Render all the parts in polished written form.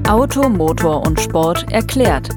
Auto, Motor und Sport erklärt.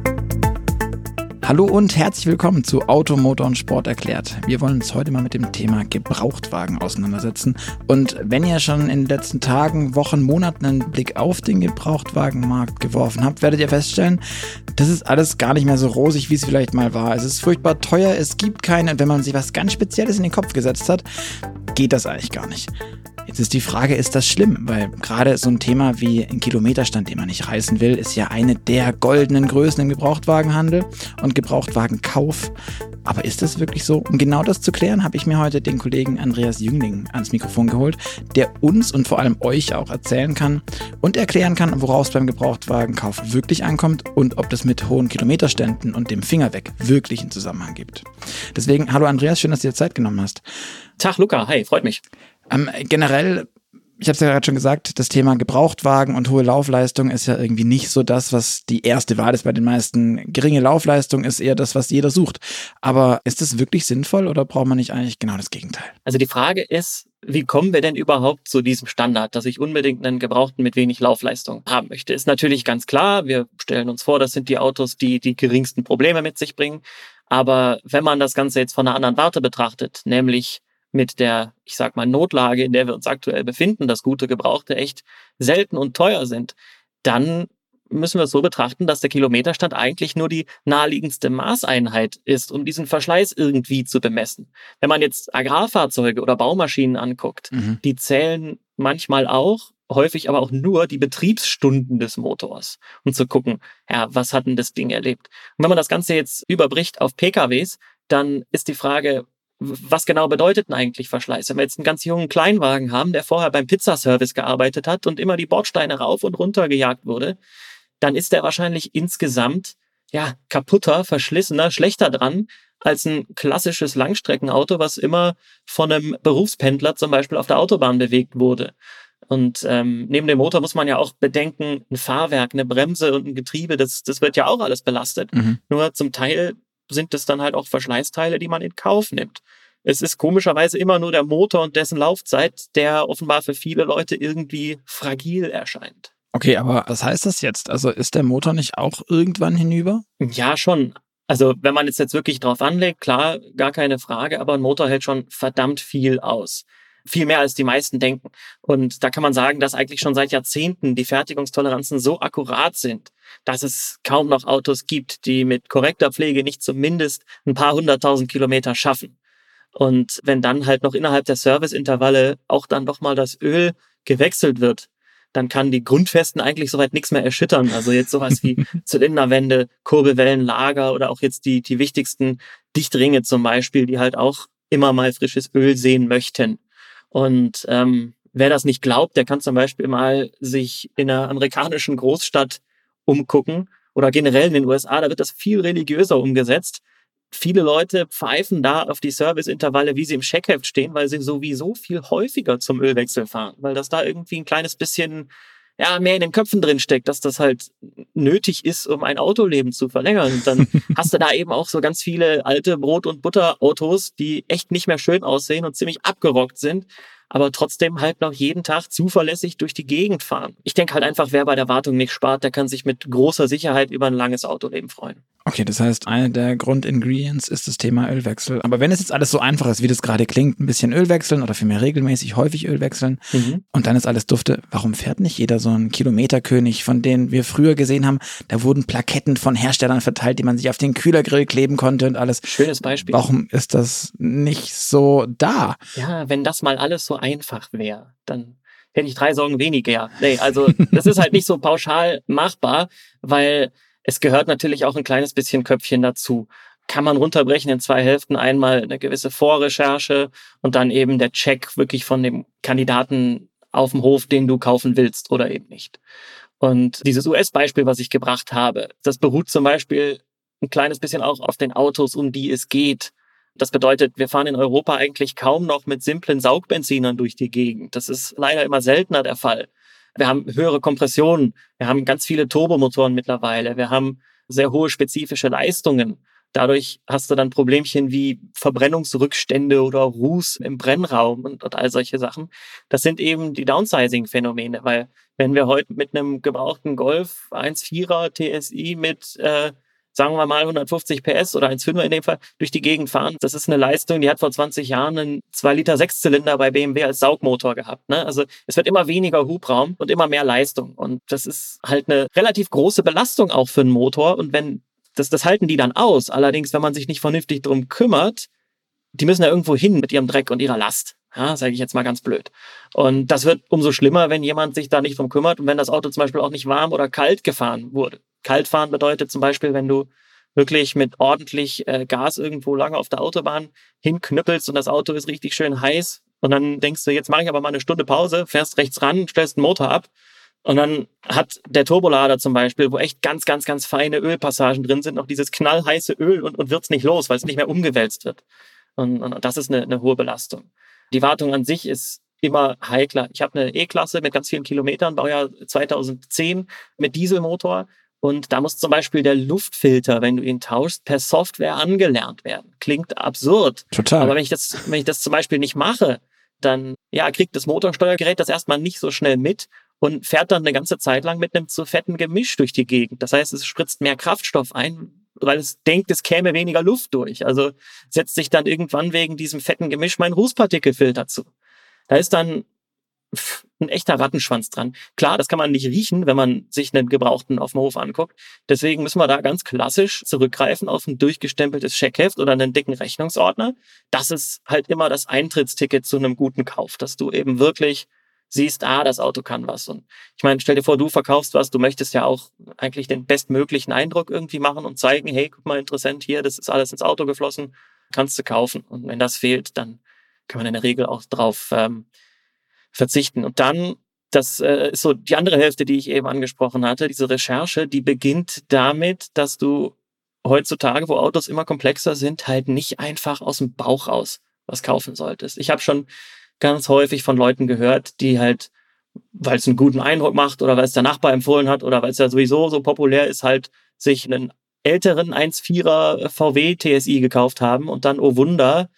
Hallo und herzlich willkommen zu Auto, Motor und Sport erklärt. Wir wollen uns heute mal mit dem Thema Gebrauchtwagen auseinandersetzen. Und wenn ihr schon in den letzten Tagen, Wochen, Monaten einen Blick auf den Gebrauchtwagenmarkt geworfen habt, werdet ihr feststellen, das ist alles gar nicht mehr so rosig, wie es vielleicht mal war. Es ist furchtbar teuer, es gibt keine. Und wenn man sich was ganz Spezielles in den Kopf gesetzt hat, geht das eigentlich gar nicht. Jetzt ist die Frage, ist das schlimm? Weil gerade so ein Thema wie ein Kilometerstand, den man nicht reißen will, ist ja eine der goldenen Größen im Gebrauchtwagenhandel und Gebrauchtwagenkauf. Aber ist das wirklich so? Um genau das zu klären, habe ich mir heute den Kollegen Andreas Jüngling ans Mikrofon geholt, der uns und vor allem euch auch erzählen kann und erklären kann, worauf es beim Gebrauchtwagenkauf wirklich ankommt und ob das mit hohen Kilometerständen und dem Finger weg wirklich einen Zusammenhang gibt. Deswegen, hallo Andreas, schön, dass du dir Zeit genommen hast. Tag Luca, hi, freut mich. Generell, ich habe es ja gerade schon gesagt, das Thema Gebrauchtwagen und hohe Laufleistung ist ja irgendwie nicht so das, was die erste Wahl ist bei den meisten. Geringe Laufleistung ist eher das, was jeder sucht. Aber ist das wirklich sinnvoll oder braucht man nicht eigentlich genau das Gegenteil? Also die Frage ist, wie kommen wir denn überhaupt zu diesem Standard, dass ich unbedingt einen Gebrauchten mit wenig Laufleistung haben möchte? Ist natürlich ganz klar, wir stellen uns vor, das sind die Autos, die die geringsten Probleme mit sich bringen. Aber wenn man das Ganze jetzt von einer anderen Warte betrachtet, nämlich mit der, ich sag mal, Notlage, in der wir uns aktuell befinden, dass gute Gebrauchte echt selten und teuer sind, dann müssen wir es so betrachten, dass der Kilometerstand eigentlich nur die naheliegendste Maßeinheit ist, um diesen Verschleiß irgendwie zu bemessen. Wenn man jetzt Agrarfahrzeuge oder Baumaschinen anguckt, die zählen manchmal auch, häufig aber auch nur die Betriebsstunden des Motors, um zu gucken, ja, was hat denn das Ding erlebt? Und wenn man das Ganze jetzt überbricht auf PKWs, dann ist die Frage, was genau bedeutet denn eigentlich Verschleiß? Wenn wir jetzt einen ganz jungen Kleinwagen haben, der vorher beim Pizzaservice gearbeitet hat und immer die Bordsteine rauf und runter gejagt wurde, dann ist der wahrscheinlich insgesamt kaputter, verschlissener, schlechter dran als ein klassisches Langstreckenauto, was immer von einem Berufspendler zum Beispiel auf der Autobahn bewegt wurde. Und neben dem Motor muss man ja auch bedenken, ein Fahrwerk, eine Bremse und ein Getriebe, das wird ja auch alles belastet. Nur zum Teil sind es dann halt auch Verschleißteile, die man in Kauf nimmt. Es ist komischerweise immer nur der Motor und dessen Laufzeit, der offenbar für viele Leute irgendwie fragil erscheint. Okay, aber was heißt das jetzt? Also ist der Motor nicht auch irgendwann hinüber? Ja, schon. Also wenn man es jetzt wirklich drauf anlegt, klar, gar keine Frage, aber ein Motor hält schon verdammt viel aus. Viel mehr als die meisten denken. Und da kann man sagen, dass eigentlich schon seit Jahrzehnten die Fertigungstoleranzen so akkurat sind, dass es kaum noch Autos gibt, die mit korrekter Pflege nicht zumindest ein paar 100.000 Kilometer schaffen. Und wenn dann halt noch innerhalb der Serviceintervalle auch dann doch mal das Öl gewechselt wird, dann kann die Grundfesten eigentlich soweit nichts mehr erschüttern. Also jetzt sowas wie Zylinderwände, Kurbelwellenlager oder auch jetzt die wichtigsten Dichtringe zum Beispiel, die halt auch immer mal frisches Öl sehen möchten. Und wer das nicht glaubt, der kann zum Beispiel mal sich in einer amerikanischen Großstadt umgucken oder generell in den USA, da wird das viel religiöser umgesetzt. Viele Leute pfeifen da auf die Serviceintervalle, wie sie im Checkheft stehen, weil sie sowieso viel häufiger zum Ölwechsel fahren, weil das da irgendwie ein kleines bisschen mehr in den Köpfen drin steckt, dass das halt nötig ist, um ein Autoleben zu verlängern. Und dann hast du da eben auch so ganz viele alte Brot- und Butterautos, die echt nicht mehr schön aussehen und ziemlich abgerockt sind, aber trotzdem halt noch jeden Tag zuverlässig durch die Gegend fahren. Ich denke halt einfach, wer bei der Wartung nicht spart, der kann sich mit großer Sicherheit über ein langes Autoleben freuen. Okay, das heißt, eine der Grundingredients ist das Thema Ölwechsel. Aber wenn es jetzt alles so einfach ist, wie das gerade klingt, ein bisschen Öl wechseln oder vielmehr regelmäßig häufig Öl wechseln und dann ist alles dufte, warum fährt nicht jeder so einen Kilometerkönig, von denen wir früher gesehen haben, da wurden Plaketten von Herstellern verteilt, die man sich auf den Kühlergrill kleben konnte und alles. Schönes Beispiel. Warum ist das nicht so da? Ja, wenn das mal alles so einfach wäre, dann hätte ich 3 Sorgen weniger. Nee, also das ist halt nicht so pauschal machbar, weil es gehört natürlich auch ein kleines bisschen Köpfchen dazu. Kann man runterbrechen in 2 Hälften. Einmal eine gewisse Vorrecherche und dann eben der Check wirklich von dem Kandidaten auf dem Hof, den du kaufen willst oder eben nicht. Und dieses US-Beispiel, was ich gebracht habe, das beruht zum Beispiel ein kleines bisschen auch auf den Autos, um die es geht. Das bedeutet, wir fahren in Europa eigentlich kaum noch mit simplen Saugbenzinern durch die Gegend. Das ist leider immer seltener der Fall. Wir haben höhere Kompressionen, wir haben ganz viele Turbomotoren mittlerweile, wir haben sehr hohe spezifische Leistungen. Dadurch hast du dann Problemchen wie Verbrennungsrückstände oder Ruß im Brennraum und all solche Sachen. Das sind eben die Downsizing-Phänomene, weil wenn wir heute mit einem gebrauchten Golf 1,4er TSI mit sagen wir mal 150 PS oder 1,5er in dem Fall, durch die Gegend fahren. Das ist eine Leistung, die hat vor 20 Jahren einen 2 Liter Sechszylinder bei BMW als Saugmotor gehabt. Ne? Also es wird immer weniger Hubraum und immer mehr Leistung. Und das ist halt eine relativ große Belastung auch für einen Motor. Und wenn das halten die dann aus. Allerdings, wenn man sich nicht vernünftig drum kümmert, die müssen ja irgendwo hin mit ihrem Dreck und ihrer Last. Ja, sage ich jetzt mal ganz blöd. Und das wird umso schlimmer, wenn jemand sich da nicht drum kümmert und wenn das Auto zum Beispiel auch nicht warm oder kalt gefahren wurde. Kalt fahren bedeutet zum Beispiel, wenn du wirklich mit ordentlich Gas irgendwo lange auf der Autobahn hinknüppelst und das Auto ist richtig schön heiß und dann denkst du, jetzt mache ich aber mal eine Stunde Pause, fährst rechts ran, stellst den Motor ab und dann hat der Turbolader zum Beispiel, wo echt ganz, ganz, ganz feine Ölpassagen drin sind, noch dieses knallheiße Öl und wird's nicht los, weil es nicht mehr umgewälzt wird. Und das ist eine hohe Belastung. Die Wartung an sich ist immer heikler. Ich habe eine E-Klasse mit ganz vielen Kilometern, Baujahr 2010 mit Dieselmotor. Und da muss zum Beispiel der Luftfilter, wenn du ihn tauschst, per Software angelernt werden. Klingt absurd. Total. Aber wenn ich das zum Beispiel nicht mache, dann kriegt das Motorsteuergerät das erstmal nicht so schnell mit und fährt dann eine ganze Zeit lang mit einem zu fetten Gemisch durch die Gegend. Das heißt, es spritzt mehr Kraftstoff ein, weil es denkt, es käme weniger Luft durch. Also setzt sich dann irgendwann wegen diesem fetten Gemisch mein Rußpartikelfilter zu. Da ist dann ein echter Rattenschwanz dran. Klar, das kann man nicht riechen, wenn man sich einen Gebrauchten auf dem Hof anguckt. Deswegen müssen wir da ganz klassisch zurückgreifen auf ein durchgestempeltes Scheckheft oder einen dicken Rechnungsordner. Das ist halt immer das Eintrittsticket zu einem guten Kauf, dass du eben wirklich siehst, das Auto kann was. Und ich meine, stell dir vor, du verkaufst was, du möchtest ja auch eigentlich den bestmöglichen Eindruck irgendwie machen und zeigen, hey, guck mal, interessant hier, das ist alles ins Auto geflossen, kannst du kaufen. Und wenn das fehlt, dann kann man in der Regel auch drauf verzichten. Und dann, das ist so die andere Hälfte, die ich eben angesprochen hatte, diese Recherche, die beginnt damit, dass du heutzutage, wo Autos immer komplexer sind, halt nicht einfach aus dem Bauch raus was kaufen solltest. Ich habe schon ganz häufig von Leuten gehört, die halt, weil es einen guten Eindruck macht oder weil es der Nachbar empfohlen hat oder weil es ja sowieso so populär ist, halt sich einen älteren 1,4er VW TSI gekauft haben und dann, oh Wunder,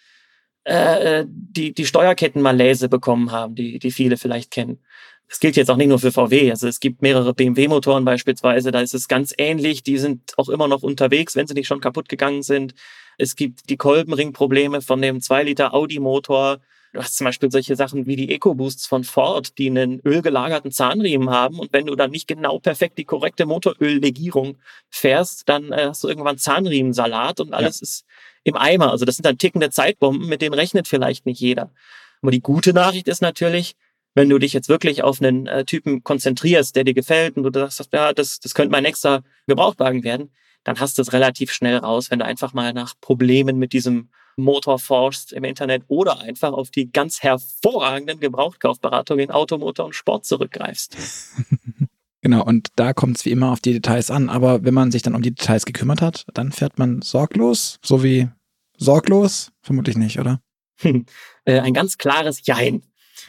die Steuerkettenmalaise bekommen haben, die viele vielleicht kennen. Das gilt jetzt auch nicht nur für VW, also es gibt mehrere BMW-Motoren beispielsweise, da ist es ganz ähnlich, die sind auch immer noch unterwegs, wenn sie nicht schon kaputt gegangen sind. Es gibt die Kolbenringprobleme von dem 2-Liter Audi-Motor. Du hast zum Beispiel solche Sachen wie die EcoBoosts von Ford, die einen ölgelagerten Zahnriemen haben und wenn du dann nicht genau perfekt die korrekte Motoröllegierung fährst, dann hast du irgendwann Zahnriemensalat und alles ist im Eimer. Also das sind dann tickende Zeitbomben, mit denen rechnet vielleicht nicht jeder. Aber die gute Nachricht ist natürlich, wenn du dich jetzt wirklich auf einen Typen konzentrierst, der dir gefällt und du sagst, das könnte mein nächster Gebrauchtwagen werden, dann hast du es relativ schnell raus, wenn du einfach mal nach Problemen mit diesem Motor forschst im Internet oder einfach auf die ganz hervorragenden Gebrauchtkaufberatungen in Auto, Motor und Sport zurückgreifst. Genau, und da kommt es wie immer auf die Details an. Aber wenn man sich dann um die Details gekümmert hat, dann fährt man sorglos, so wie sorglos? Vermutlich nicht, oder? Ein ganz klares Jein.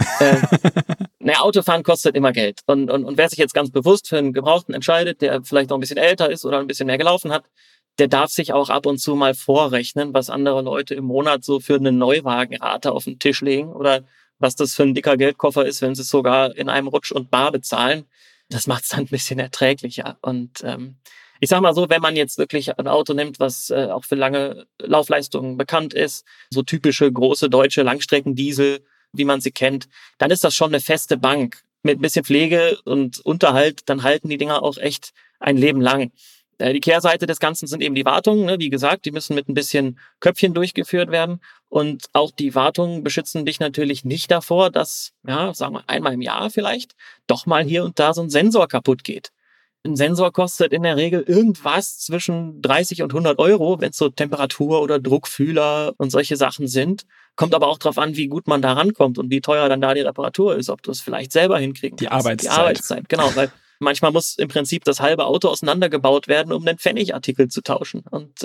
Autofahren kostet immer Geld. Und wer sich jetzt ganz bewusst für einen Gebrauchten entscheidet, der vielleicht noch ein bisschen älter ist oder ein bisschen mehr gelaufen hat, der darf sich auch ab und zu mal vorrechnen, was andere Leute im Monat so für eine Neuwagenrate auf den Tisch legen oder was das für ein dicker Geldkoffer ist, wenn sie es sogar in einem Rutsch und bar bezahlen. Das macht es dann ein bisschen erträglicher. Und ich sag mal so, wenn man jetzt wirklich ein Auto nimmt, was auch für lange Laufleistungen bekannt ist, so typische große deutsche Langstreckendiesel, wie man sie kennt, dann ist das schon eine feste Bank. Mit ein bisschen Pflege und Unterhalt, dann halten die Dinger auch echt ein Leben lang. Die Kehrseite des Ganzen sind eben die Wartungen. Ne? Wie gesagt, die müssen mit ein bisschen Köpfchen durchgeführt werden. Und auch die Wartungen beschützen dich natürlich nicht davor, dass, sagen wir einmal im Jahr vielleicht, doch mal hier und da so ein Sensor kaputt geht. Ein Sensor kostet in der Regel irgendwas zwischen 30 und 100 Euro, wenn es so Temperatur- oder Druckfühler und solche Sachen sind. Kommt aber auch darauf an, wie gut man da rankommt und wie teuer dann da die Reparatur ist, ob du es vielleicht selber hinkriegen kannst. Die Arbeitszeit, genau, weil manchmal muss im Prinzip das halbe Auto auseinandergebaut werden, um den Pfennigartikel zu tauschen. Und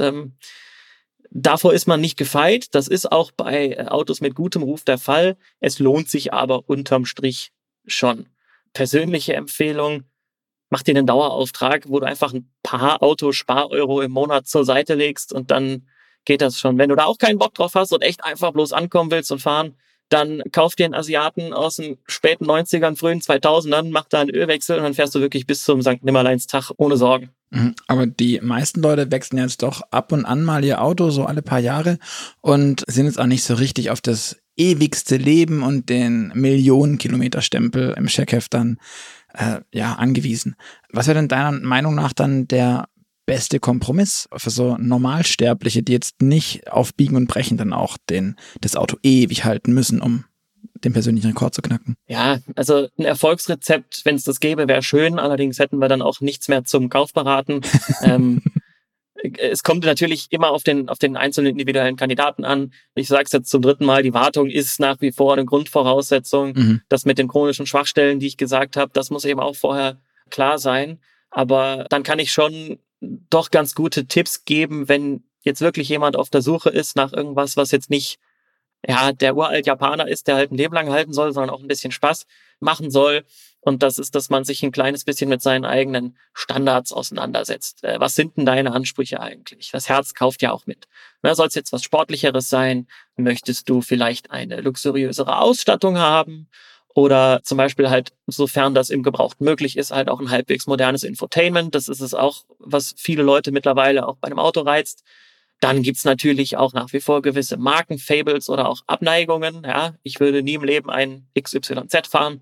davor ist man nicht gefeit. Das ist auch bei Autos mit gutem Ruf der Fall. Es lohnt sich aber unterm Strich schon. Persönliche Empfehlung, mach dir einen Dauerauftrag, wo du einfach ein paar Autospar-Euro im Monat zur Seite legst und dann geht das schon. Wenn du da auch keinen Bock drauf hast und echt einfach bloß ankommen willst und fahren, dann kauf dir einen Asiaten aus den späten 90ern, frühen 2000ern, mach da einen Ölwechsel und dann fährst du wirklich bis zum St. Nimmerleinstag ohne Sorgen. Aber die meisten Leute wechseln jetzt doch ab und an mal ihr Auto, so alle paar Jahre, und sind jetzt auch nicht so richtig auf das ewigste Leben und den Millionen-Kilometer-Stempel im Checkheft dann angewiesen. Was wäre denn deiner Meinung nach dann der beste Kompromiss für so Normalsterbliche, die jetzt nicht auf Biegen und Brechen dann auch das Auto ewig halten müssen, um den persönlichen Rekord zu knacken? Ja, also ein Erfolgsrezept, wenn es das gäbe, wäre schön. Allerdings hätten wir dann auch nichts mehr zum Kauf beraten. Es kommt natürlich immer auf den einzelnen individuellen Kandidaten an. Ich sage es jetzt zum 3. Mal, die Wartung ist nach wie vor eine Grundvoraussetzung. Das mit den chronischen Schwachstellen, die ich gesagt habe, das muss eben auch vorher klar sein. Aber dann kann ich schon doch ganz gute Tipps geben, wenn jetzt wirklich jemand auf der Suche ist nach irgendwas, was jetzt nicht der uralt Japaner ist, der halt ein Leben lang halten soll, sondern auch ein bisschen Spaß machen soll. Und das ist, dass man sich ein kleines bisschen mit seinen eigenen Standards auseinandersetzt. Was sind denn deine Ansprüche eigentlich? Das Herz kauft ja auch mit. Soll es jetzt was Sportlicheres sein? Möchtest du vielleicht eine luxuriösere Ausstattung haben? Oder zum Beispiel halt, sofern das im Gebrauchten möglich ist, halt auch ein halbwegs modernes Infotainment. Das ist es auch, was viele Leute mittlerweile auch bei einem Auto reizt. Dann gibt's natürlich auch nach wie vor gewisse Markenfables oder auch Abneigungen. Ja, ich würde nie im Leben ein XYZ fahren.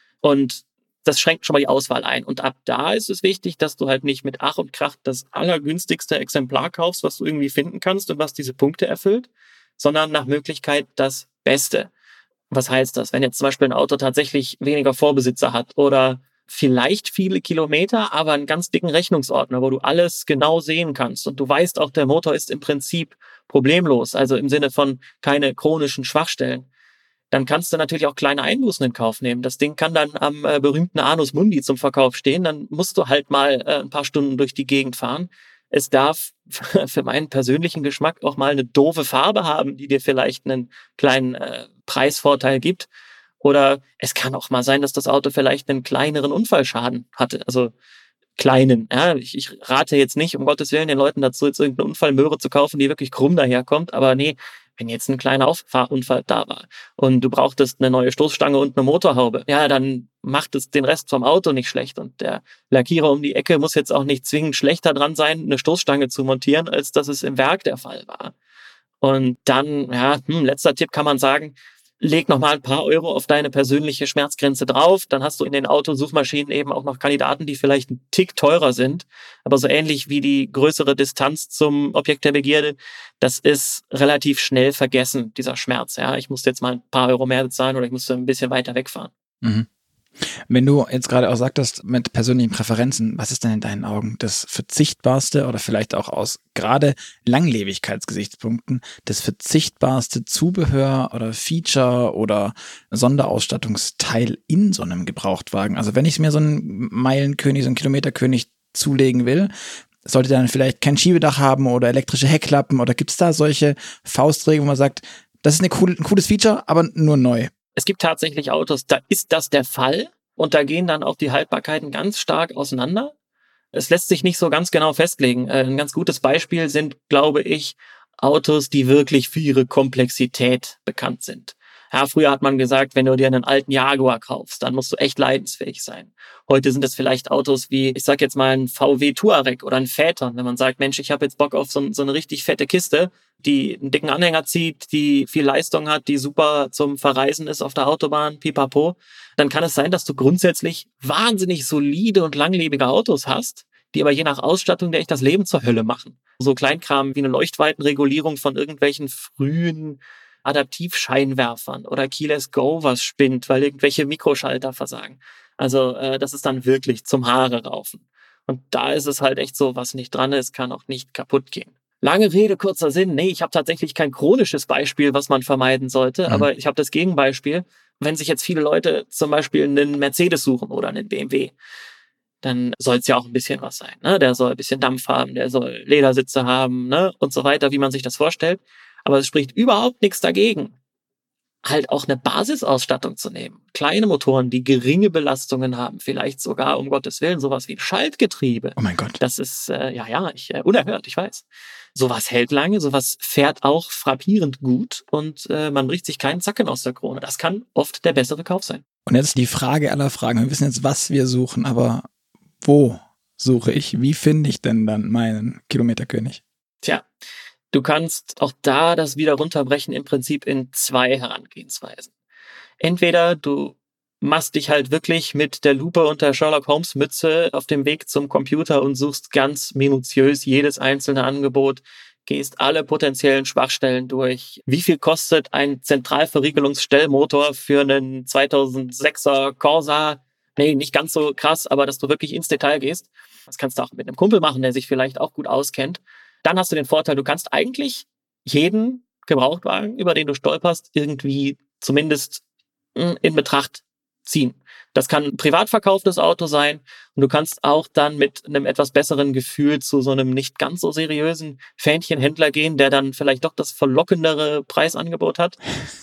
Und das schränkt schon mal die Auswahl ein. Und ab da ist es wichtig, dass du halt nicht mit Ach und Krach das allergünstigste Exemplar kaufst, was du irgendwie finden kannst und was diese Punkte erfüllt, sondern nach Möglichkeit das Beste. Was heißt das? Wenn jetzt zum Beispiel ein Auto tatsächlich weniger Vorbesitzer hat oder vielleicht viele Kilometer, aber einen ganz dicken Rechnungsordner, wo du alles genau sehen kannst und du weißt auch, der Motor ist im Prinzip problemlos, also im Sinne von keine chronischen Schwachstellen, dann kannst du natürlich auch kleine Einbußen in Kauf nehmen. Das Ding kann dann am berühmten Anus Mundi zum Verkauf stehen, dann musst du halt mal ein paar Stunden durch die Gegend fahren. Es darf für meinen persönlichen Geschmack auch mal eine doofe Farbe haben, die dir vielleicht einen kleinen Preisvorteil gibt. Oder es kann auch mal sein, dass das Auto vielleicht einen kleineren Unfallschaden hatte. Also kleinen. Ja, ich rate jetzt nicht, um Gottes Willen, den Leuten dazu, jetzt irgendeine Unfallmöhre zu kaufen, die wirklich krumm daherkommt. Aber nee, wenn jetzt ein kleiner Auffahrunfall da war und du brauchtest eine neue Stoßstange und eine Motorhaube, ja, dann macht es den Rest vom Auto nicht schlecht. Und der Lackierer um die Ecke muss jetzt auch nicht zwingend schlechter dran sein, eine Stoßstange zu montieren, als dass es im Werk der Fall war. Und dann, letzter Tipp kann man sagen, leg nochmal ein paar Euro auf deine persönliche Schmerzgrenze drauf. Dann hast du in den Autosuchmaschinen eben auch noch Kandidaten, die vielleicht einen Tick teurer sind. Aber so ähnlich wie die größere Distanz zum Objekt der Begierde, das ist relativ schnell vergessen, dieser Schmerz. Ja, ich muss jetzt mal ein paar Euro mehr bezahlen oder ich muss ein bisschen weiter wegfahren. Mhm. Wenn du jetzt gerade auch sagtest, mit persönlichen Präferenzen, was ist denn in deinen Augen das verzichtbarste oder vielleicht auch aus gerade Langlebigkeitsgesichtspunkten das verzichtbarste Zubehör oder Feature oder Sonderausstattungsteil in so einem Gebrauchtwagen? Also wenn ich mir so einen Meilenkönig, so einen Kilometerkönig zulegen will, sollte der dann vielleicht kein Schiebedach haben oder elektrische Heckklappen oder gibt es da solche Faustregeln, wo man sagt, das ist ein cooles Feature, aber nur neu? Es gibt tatsächlich Autos, da ist das der Fall und da gehen dann auch die Haltbarkeiten ganz stark auseinander. Es lässt sich nicht so ganz genau festlegen. Ein ganz gutes Beispiel sind, glaube ich, Autos, die wirklich für ihre Komplexität bekannt sind. Ja, früher hat man gesagt, wenn du dir einen alten Jaguar kaufst, dann musst du echt leidensfähig sein. Heute sind es vielleicht Autos wie, ich sag jetzt mal, ein VW Touareg oder ein Phaeton. Wenn man sagt, Mensch, ich habe jetzt Bock auf so eine richtig fette Kiste, die einen dicken Anhänger zieht, die viel Leistung hat, die super zum Verreisen ist auf der Autobahn, pipapo, dann kann es sein, dass du grundsätzlich wahnsinnig solide und langlebige Autos hast, die aber je nach Ausstattung dir echt das Leben zur Hölle machen. So Kleinkram wie eine Leuchtweitenregulierung von irgendwelchen frühen Adaptivscheinwerfern oder Keyless Go, was spinnt, weil irgendwelche Mikroschalter versagen. Also das ist dann wirklich zum Haare raufen. Und da ist es halt echt so, was nicht dran ist, kann auch nicht kaputt gehen. Lange Rede, kurzer Sinn. Nee, ich habe tatsächlich kein chronisches Beispiel, was man vermeiden sollte, aber ich habe das Gegenbeispiel. Wenn sich jetzt viele Leute zum Beispiel einen Mercedes suchen oder einen BMW, dann soll es ja auch ein bisschen was sein. Ne? Der soll ein bisschen Dampf haben, der soll Ledersitze haben, ne? Und so weiter, wie man sich das vorstellt. Aber es spricht überhaupt nichts dagegen, halt auch eine Basisausstattung zu nehmen. Kleine Motoren, die geringe Belastungen haben, vielleicht sogar, um Gottes Willen, sowas wie ein Schaltgetriebe. Oh mein Gott. Das ist, unerhört, ich weiß. Sowas hält lange, sowas fährt auch frappierend gut und man bricht sich keinen Zacken aus der Krone. Das kann oft der bessere Kauf sein. Und jetzt die Frage aller Fragen. Wir wissen jetzt, was wir suchen, aber wo suche ich? Wie finde ich denn dann meinen Kilometerkönig? Tja, du kannst auch da das wieder runterbrechen im Prinzip in 2 Herangehensweisen. Entweder du machst dich halt wirklich mit der Lupe und der Sherlock Holmes Mütze auf dem Weg zum Computer und suchst ganz minutiös jedes einzelne Angebot, gehst alle potenziellen Schwachstellen durch. Wie viel kostet ein Zentralverriegelungsstellmotor für einen 2006er Corsa? Nee, nicht ganz so krass, aber dass du wirklich ins Detail gehst. Das kannst du auch mit einem Kumpel machen, der sich vielleicht auch gut auskennt. Dann hast du den Vorteil, du kannst eigentlich jeden Gebrauchtwagen, über den du stolperst, irgendwie zumindest in Betracht ziehen. Das kann ein privat verkauftes Auto sein und du kannst auch dann mit einem etwas besseren Gefühl zu so einem nicht ganz so seriösen Fähnchenhändler gehen, der dann vielleicht doch das verlockendere Preisangebot hat.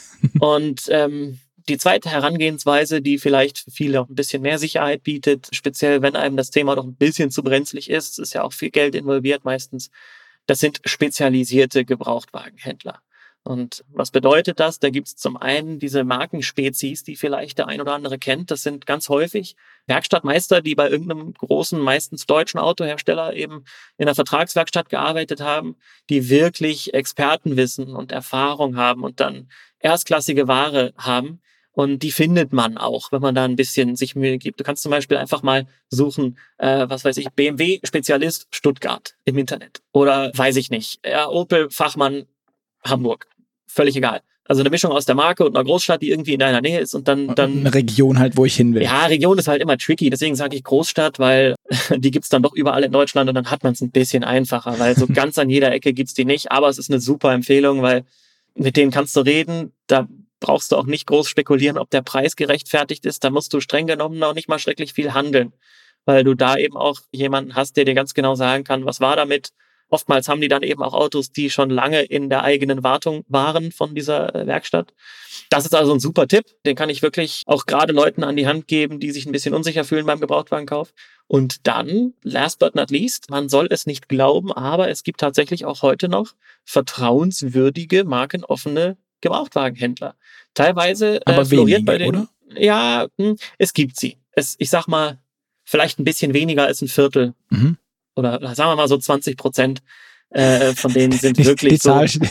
Und die zweite Herangehensweise, die vielleicht für viele auch ein bisschen mehr Sicherheit bietet, speziell wenn einem das Thema doch ein bisschen zu brenzlig ist, ist ja auch viel Geld involviert meistens, das sind spezialisierte Gebrauchtwagenhändler. Und was bedeutet das? Da gibt es zum einen diese Markenspezies, die vielleicht der ein oder andere kennt. Das sind ganz häufig Werkstattmeister, die bei irgendeinem großen, meistens deutschen Autohersteller eben in der Vertragswerkstatt gearbeitet haben, die wirklich Expertenwissen und Erfahrung haben und dann erstklassige Ware haben. Und die findet man auch, wenn man da ein bisschen sich Mühe gibt. Du kannst zum Beispiel einfach mal suchen, BMW-Spezialist Stuttgart im Internet. Oder weiß ich nicht, Opel-Fachmann Hamburg. Völlig egal. Also eine Mischung aus der Marke und einer Großstadt, die irgendwie in deiner Nähe ist und dann eine Region halt, wo ich hin will. Ja, Region ist halt immer tricky, deswegen sage ich Großstadt, weil die gibt's dann doch überall in Deutschland und dann hat man es ein bisschen einfacher, weil so ganz an jeder Ecke gibt's die nicht, aber es ist eine super Empfehlung, weil mit denen kannst du reden, da brauchst du auch nicht groß spekulieren, ob der Preis gerechtfertigt ist, da musst du streng genommen noch nicht mal schrecklich viel handeln, weil du da eben auch jemanden hast, der dir ganz genau sagen kann, was war damit. Oftmals haben die dann eben auch Autos, die schon lange in der eigenen Wartung waren von dieser Werkstatt. Das ist also ein super Tipp. Den kann ich wirklich auch gerade Leuten an die Hand geben, die sich ein bisschen unsicher fühlen beim Gebrauchtwagenkauf. Und dann, last but not least, man soll es nicht glauben, aber es gibt tatsächlich auch heute noch vertrauenswürdige, markenoffene Gebrauchtwagenhändler. Teilweise aber floriert wenige, bei den... oder? Ja, es gibt sie. Ich sag mal, vielleicht ein bisschen weniger als ein Viertel. Mhm. Oder sagen wir mal so 20% von denen sind Die wirklich Zahl, so.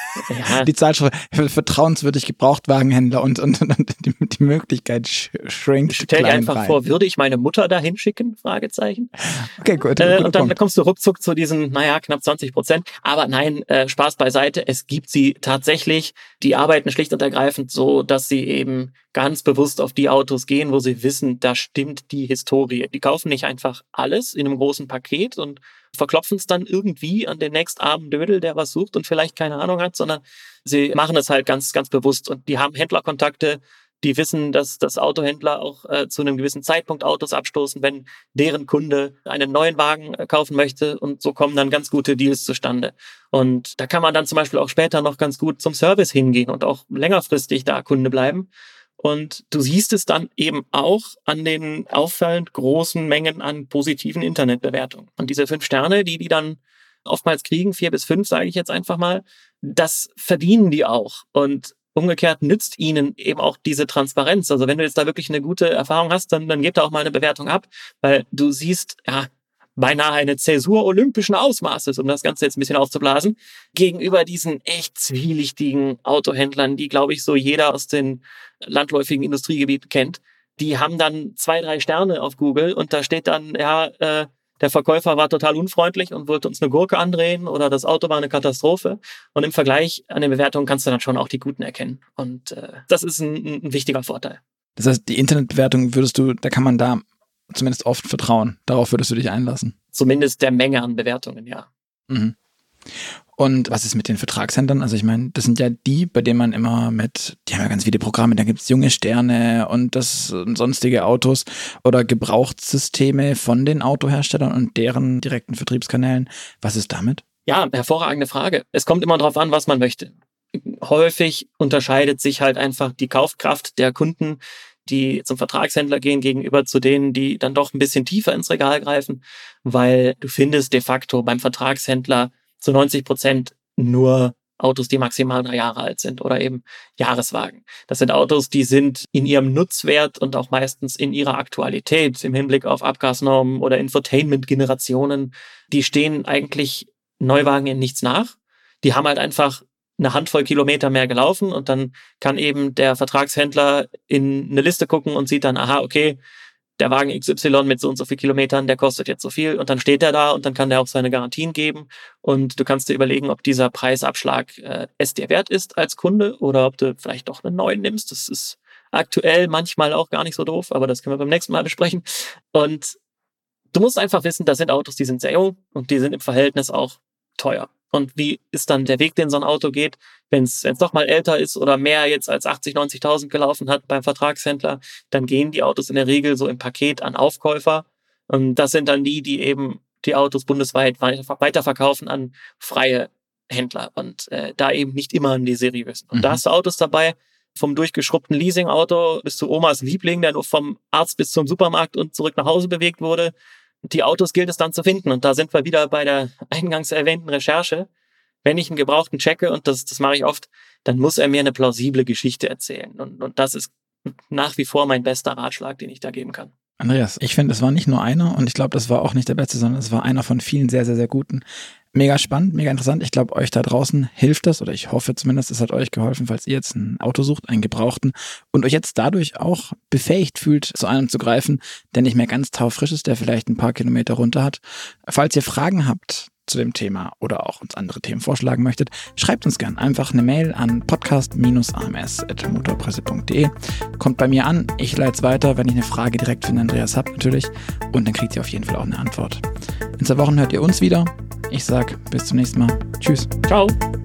die Zahl vertrauenswürdig Gebrauchtwagenhändler und die Möglichkeit schrinkt. Stell dir einfach vor, würde ich meine Mutter da hinschicken? Fragezeichen. Okay, gut. Und dann kommst du ruckzuck zu diesen, knapp 20%. Aber nein, Spaß beiseite. Es gibt sie tatsächlich. Die arbeiten schlicht und ergreifend so, dass sie eben ganz bewusst auf die Autos gehen, wo sie wissen, da stimmt die Historie. Die kaufen nicht einfach alles in einem großen Paket und verklopfen es dann irgendwie an den nächstarmen Dödel, der was sucht und vielleicht keine Ahnung hat, sondern sie machen es halt ganz, ganz bewusst. Und die haben Händlerkontakte, die wissen, dass das Autohändler auch zu einem gewissen Zeitpunkt Autos abstoßen, wenn deren Kunde einen neuen Wagen kaufen möchte. Und so kommen dann ganz gute Deals zustande. Und da kann man dann zum Beispiel auch später noch ganz gut zum Service hingehen und auch längerfristig da Kunde bleiben. Und du siehst es dann eben auch an den auffallend großen Mengen an positiven Internetbewertungen. Und diese 5 Sterne, die dann oftmals kriegen, 4 bis 5, sage ich jetzt einfach mal, das verdienen die auch. Und umgekehrt nützt ihnen eben auch diese Transparenz. Also wenn du jetzt da wirklich eine gute Erfahrung hast, dann gib da auch mal eine Bewertung ab, weil du siehst, beinahe eine Zäsur olympischen Ausmaßes, um das Ganze jetzt ein bisschen aufzublasen, gegenüber diesen echt zwielichtigen Autohändlern, die, glaube ich, so jeder aus den landläufigen Industriegebieten kennt. Die haben dann 2, 3 Sterne auf Google und da steht dann, der Verkäufer war total unfreundlich und wollte uns eine Gurke andrehen oder das Auto war eine Katastrophe. Und im Vergleich an den Bewertungen kannst du dann schon auch die guten erkennen. Und das ist ein wichtiger Vorteil. Das heißt, die Internetbewertung da kann man da zumindest oft vertrauen. Darauf würdest du dich einlassen. Zumindest der Menge an Bewertungen, ja. Mhm. Und was ist mit den Vertragshändlern? Also ich meine, das sind ja die, bei denen man immer die haben ja ganz viele Programme, da gibt es junge Sterne und sonstige Autos oder Gebrauchtssysteme von den Autoherstellern und deren direkten Vertriebskanälen. Was ist damit? Ja, hervorragende Frage. Es kommt immer darauf an, was man möchte. häufig unterscheidet sich halt einfach die Kaufkraft der Kunden, die zum Vertragshändler gehen, gegenüber zu denen, die dann doch ein bisschen tiefer ins Regal greifen, weil du findest de facto beim Vertragshändler zu 90% nur Autos, die maximal 3 Jahre alt sind oder eben Jahreswagen. Das sind Autos, die sind in ihrem Nutzwert und auch meistens in ihrer Aktualität im Hinblick auf Abgasnormen oder Infotainment-Generationen, die stehen eigentlich Neuwagen in nichts nach. Die haben halt einfach eine Handvoll Kilometer mehr gelaufen und dann kann eben der Vertragshändler in eine Liste gucken und sieht dann, aha, okay, der Wagen XY mit so und so viel Kilometern, der kostet jetzt so viel und dann steht er da und dann kann der auch seine Garantien geben und du kannst dir überlegen, ob dieser Preisabschlag es dir wert ist als Kunde oder ob du vielleicht doch einen neuen nimmst. Das ist aktuell manchmal auch gar nicht so doof, aber das können wir beim nächsten Mal besprechen. Und du musst einfach wissen, das sind Autos, die sind sehr jung und die sind im Verhältnis auch teuer. Und wie ist dann der Weg, den so ein Auto geht, wenn es doch mal älter ist oder mehr jetzt als 80.000, 90.000 gelaufen hat beim Vertragshändler, dann gehen die Autos in der Regel so im Paket an Aufkäufer. Und das sind dann die eben die Autos bundesweit weiterverkaufen an freie Händler und da eben nicht immer an die seriösen. Und da hast du Autos dabei, vom durchgeschrubbten Leasingauto bis zu Omas Liebling, der nur vom Arzt bis zum Supermarkt und zurück nach Hause bewegt wurde. Die Autos gilt es dann zu finden. Und da sind wir wieder bei der eingangs erwähnten Recherche. Wenn ich einen Gebrauchten checke, und das mache ich oft, dann muss er mir eine plausible Geschichte erzählen. Und das ist nach wie vor mein bester Ratschlag, den ich da geben kann. Andreas, ich finde, es war nicht nur einer und ich glaube, das war auch nicht der beste, sondern es war einer von vielen sehr, sehr, sehr guten. Mega spannend, mega interessant. Ich glaube, euch da draußen hilft das oder ich hoffe zumindest, es hat euch geholfen, falls ihr jetzt ein Auto sucht, einen Gebrauchten und euch jetzt dadurch auch befähigt fühlt, zu einem zu greifen, der nicht mehr ganz taufrisch ist, der vielleicht ein paar Kilometer runter hat. Falls ihr Fragen habt zu dem Thema oder auch uns andere Themen vorschlagen möchtet, schreibt uns gern einfach eine Mail an podcast-ams@motorpresse.de. Kommt bei mir an, ich leite es weiter, wenn ich eine Frage direkt für den Andreas habe natürlich und dann kriegt ihr auf jeden Fall auch eine Antwort. In 2 Wochen hört ihr uns wieder. Ich sag bis zum nächsten Mal. Tschüss. Ciao.